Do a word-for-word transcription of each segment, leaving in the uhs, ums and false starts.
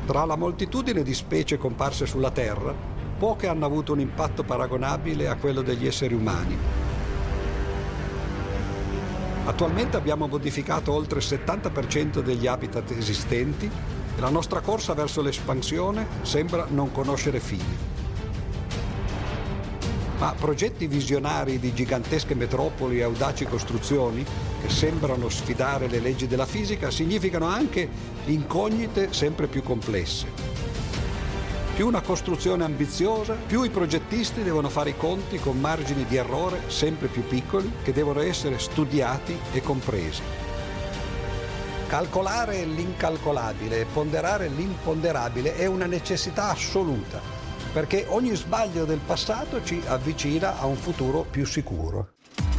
Tra la moltitudine di specie comparse sulla Terra, poche hanno avuto un impatto paragonabile a quello degli esseri umani. Attualmente abbiamo modificato oltre il settanta per cento degli habitat esistenti e la nostra corsa verso l'espansione sembra non conoscere fine. Ma progetti visionari di gigantesche metropoli e audaci costruzioni, che sembrano sfidare le leggi della fisica, significano anche incognite sempre più complesse. Più una costruzione ambiziosa, più i progettisti devono fare i conti con margini di errore sempre più piccoli che devono essere studiati e compresi. Calcolare l'incalcolabile e ponderare l'imponderabile è una necessità assoluta, perché ogni sbaglio del passato ci avvicina a un futuro più sicuro.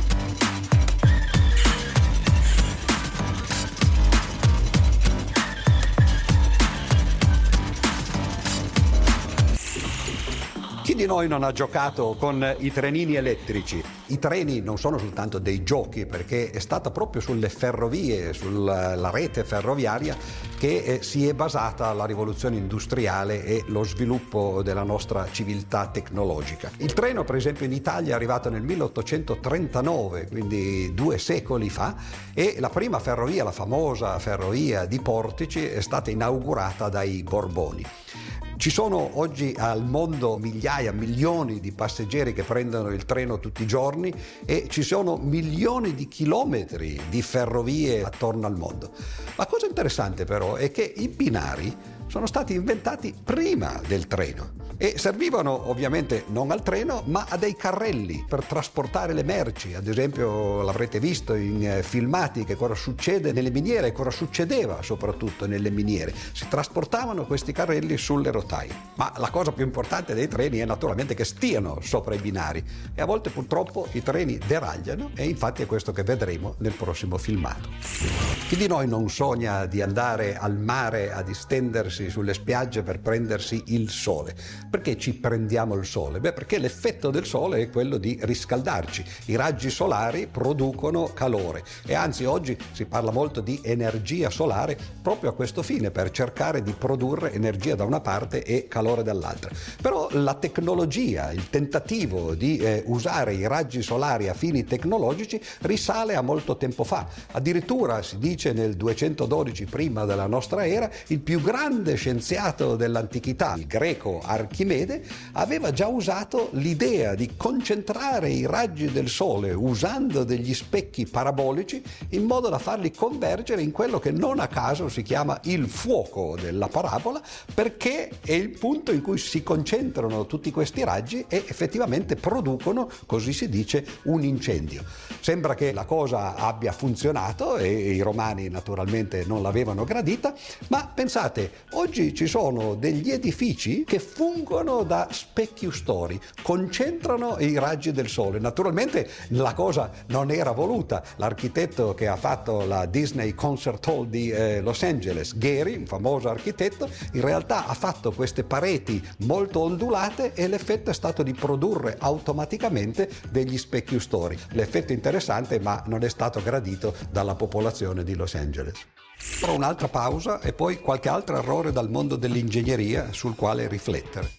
Chi di noi non ha giocato con i trenini elettrici? I treni non sono soltanto dei giochi, perché è stata proprio sulle ferrovie, sulla rete ferroviaria che eh, si è basata la rivoluzione industriale e lo sviluppo della nostra civiltà tecnologica. Il treno, per esempio, in Italia è arrivato nel milleottocentotrentanove, quindi due secoli fa, e la prima ferrovia, la famosa ferrovia di Portici, è stata inaugurata dai Borboni. Ci sono oggi al mondo migliaia, milioni di passeggeri che prendono il treno tutti i giorni e ci sono milioni di chilometri di ferrovie attorno al mondo. La cosa interessante però è che i binari sono stati inventati prima del treno e servivano ovviamente non al treno ma a dei carrelli per trasportare le merci. Ad esempio l'avrete visto in filmati che cosa succede nelle miniere, cosa succedeva soprattutto nelle miniere. Si trasportavano questi carrelli sulle rotaie. Ma la cosa più importante dei treni è naturalmente che stiano sopra i binari e a volte purtroppo i treni deragliano e infatti è questo che vedremo nel prossimo filmato. Chi di noi non sogna di andare al mare a distendersi sulle spiagge per prendersi il sole? Perché ci prendiamo il sole? Beh, perché l'effetto del sole è quello di riscaldarci. I raggi solari producono calore e anzi oggi si parla molto di energia solare proprio a questo fine, per cercare di produrre energia da una parte e calore dall'altra. Però la tecnologia, il tentativo di eh, usare i raggi solari a fini tecnologici risale a molto tempo fa. Addirittura si dice nel duecentododici prima della nostra era il più grande scienziato dell'antichità, il greco Archimede, aveva già usato l'idea di concentrare i raggi del sole usando degli specchi parabolici in modo da farli convergere in quello che non a caso si chiama il fuoco della parabola, perché è il punto in cui si concentrano tutti questi raggi e effettivamente producono, così si dice, un incendio. Sembra che la cosa abbia funzionato e i romani naturalmente non l'avevano gradita, ma pensate, oggi ci sono degli edifici che fungono da specchi ustori, concentrano i raggi del sole. Naturalmente la cosa non era voluta. L'architetto che ha fatto la Disney Concert Hall di eh, Los Angeles, Gehry, un famoso architetto, in realtà ha fatto queste pareti molto ondulate e l'effetto è stato di produrre automaticamente degli specchi ustori. L'effetto è interessante, ma non è stato gradito dalla popolazione di Los Angeles. Farò un'altra pausa e poi qualche altro errore dal mondo dell'ingegneria sul quale riflettere.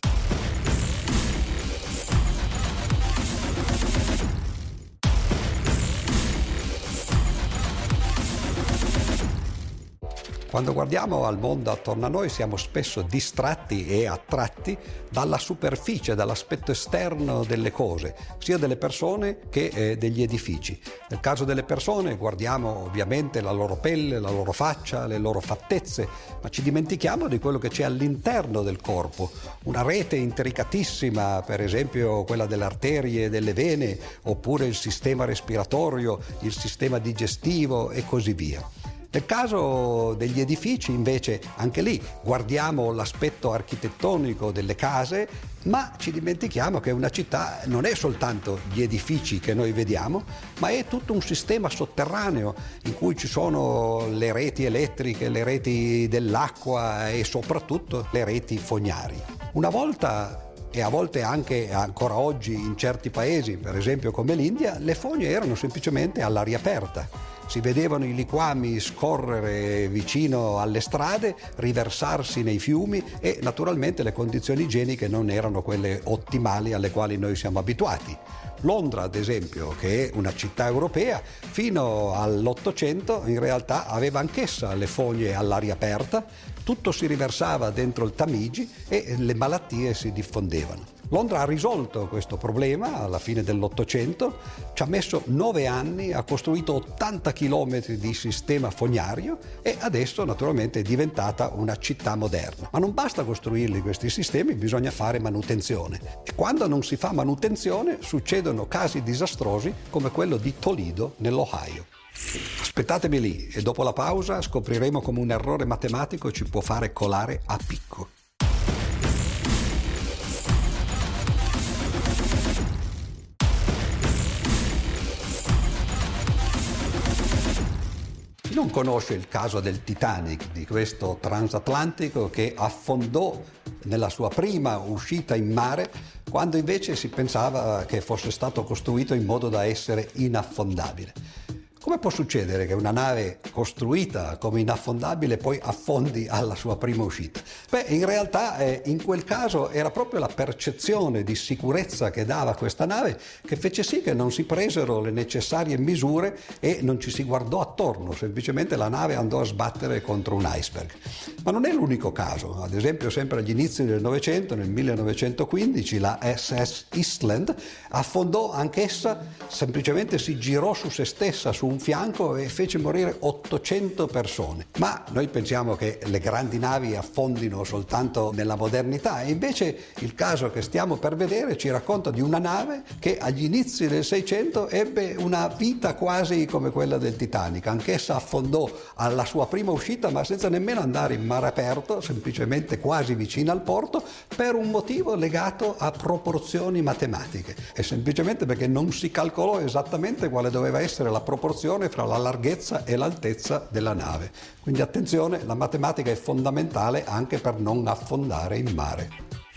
Quando guardiamo al mondo attorno a noi siamo spesso distratti e attratti dalla superficie, dall'aspetto esterno delle cose, sia delle persone che eh, degli edifici. Nel caso delle persone guardiamo ovviamente la loro pelle, la loro faccia, le loro fattezze, ma ci dimentichiamo di quello che c'è all'interno del corpo. Una rete intricatissima, per esempio quella delle arterie e delle vene, oppure il sistema respiratorio, il sistema digestivo e così via. Nel caso degli edifici, invece, anche lì guardiamo l'aspetto architettonico delle case, ma ci dimentichiamo che una città non è soltanto gli edifici che noi vediamo, ma è tutto un sistema sotterraneo in cui ci sono le reti elettriche, le reti dell'acqua e soprattutto le reti fognarie. Una volta, e a volte anche ancora oggi in certi paesi, per esempio come l'India, le fogne erano semplicemente all'aria aperta. si vedevano i liquami scorrere vicino alle strade, riversarsi nei fiumi e naturalmente le condizioni igieniche non erano quelle ottimali alle quali noi siamo abituati. Londra, ad esempio, che è una città europea, fino all'Ottocento in realtà aveva anch'essa le fogne all'aria aperta, tutto si riversava dentro il Tamigi e le malattie si diffondevano. Londra ha risolto questo problema alla fine dell'Ottocento, ci ha messo nove anni, ha costruito ottanta chilometri di sistema fognario e adesso naturalmente è diventata una città moderna. Ma non basta costruirli questi sistemi, bisogna fare manutenzione. E quando non si fa manutenzione succedono casi disastrosi come quello di Toledo nell'Ohio. Aspettatemi lì e dopo la pausa scopriremo come un errore matematico ci può fare colare a picco. Chi non conosce il caso del Titanic, di questo transatlantico che affondò nella sua prima uscita in mare, quando invece si pensava che fosse stato costruito in modo da essere inaffondabile? Come può succedere che una nave costruita come inaffondabile poi affondi alla sua prima uscita? Beh, in realtà eh, in quel caso era proprio la percezione di sicurezza che dava questa nave che fece sì che non si presero le necessarie misure e non ci si guardò attorno, semplicemente la nave andò a sbattere contro un iceberg. Ma non è l'unico caso, ad esempio sempre agli inizi del Novecento, nel millenovecentoquindici, la S S Eastland affondò anch'essa, semplicemente si girò su se stessa, su un fianco e fece morire ottocento persone. Ma noi pensiamo che le grandi navi affondino soltanto nella modernità e invece il caso che stiamo per vedere ci racconta di una nave che agli inizi del Seicento ebbe una vita quasi come quella del Titanic. Anch'essa affondò alla sua prima uscita ma senza nemmeno andare in mare aperto, semplicemente quasi vicino al porto, per un motivo legato a proporzioni matematiche e semplicemente perché non si calcolò esattamente quale doveva essere la proporzione fra la larghezza e l'altezza della nave. Quindi attenzione, la matematica è fondamentale anche per non affondare in mare.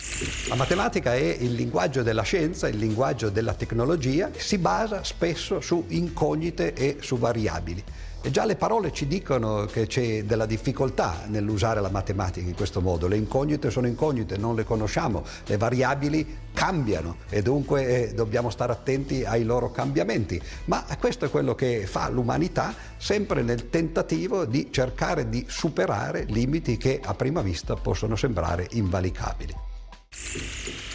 La matematica è il linguaggio della scienza, il linguaggio della tecnologia, si basa spesso su incognite e su variabili. E già le parole ci dicono che c'è della difficoltà nell'usare la matematica in questo modo. Le incognite sono incognite, non le conosciamo, le variabili cambiano e dunque eh, dobbiamo stare attenti ai loro cambiamenti. Ma questo è quello che fa l'umanità, sempre nel tentativo di cercare di superare limiti che a prima vista possono sembrare invalicabili.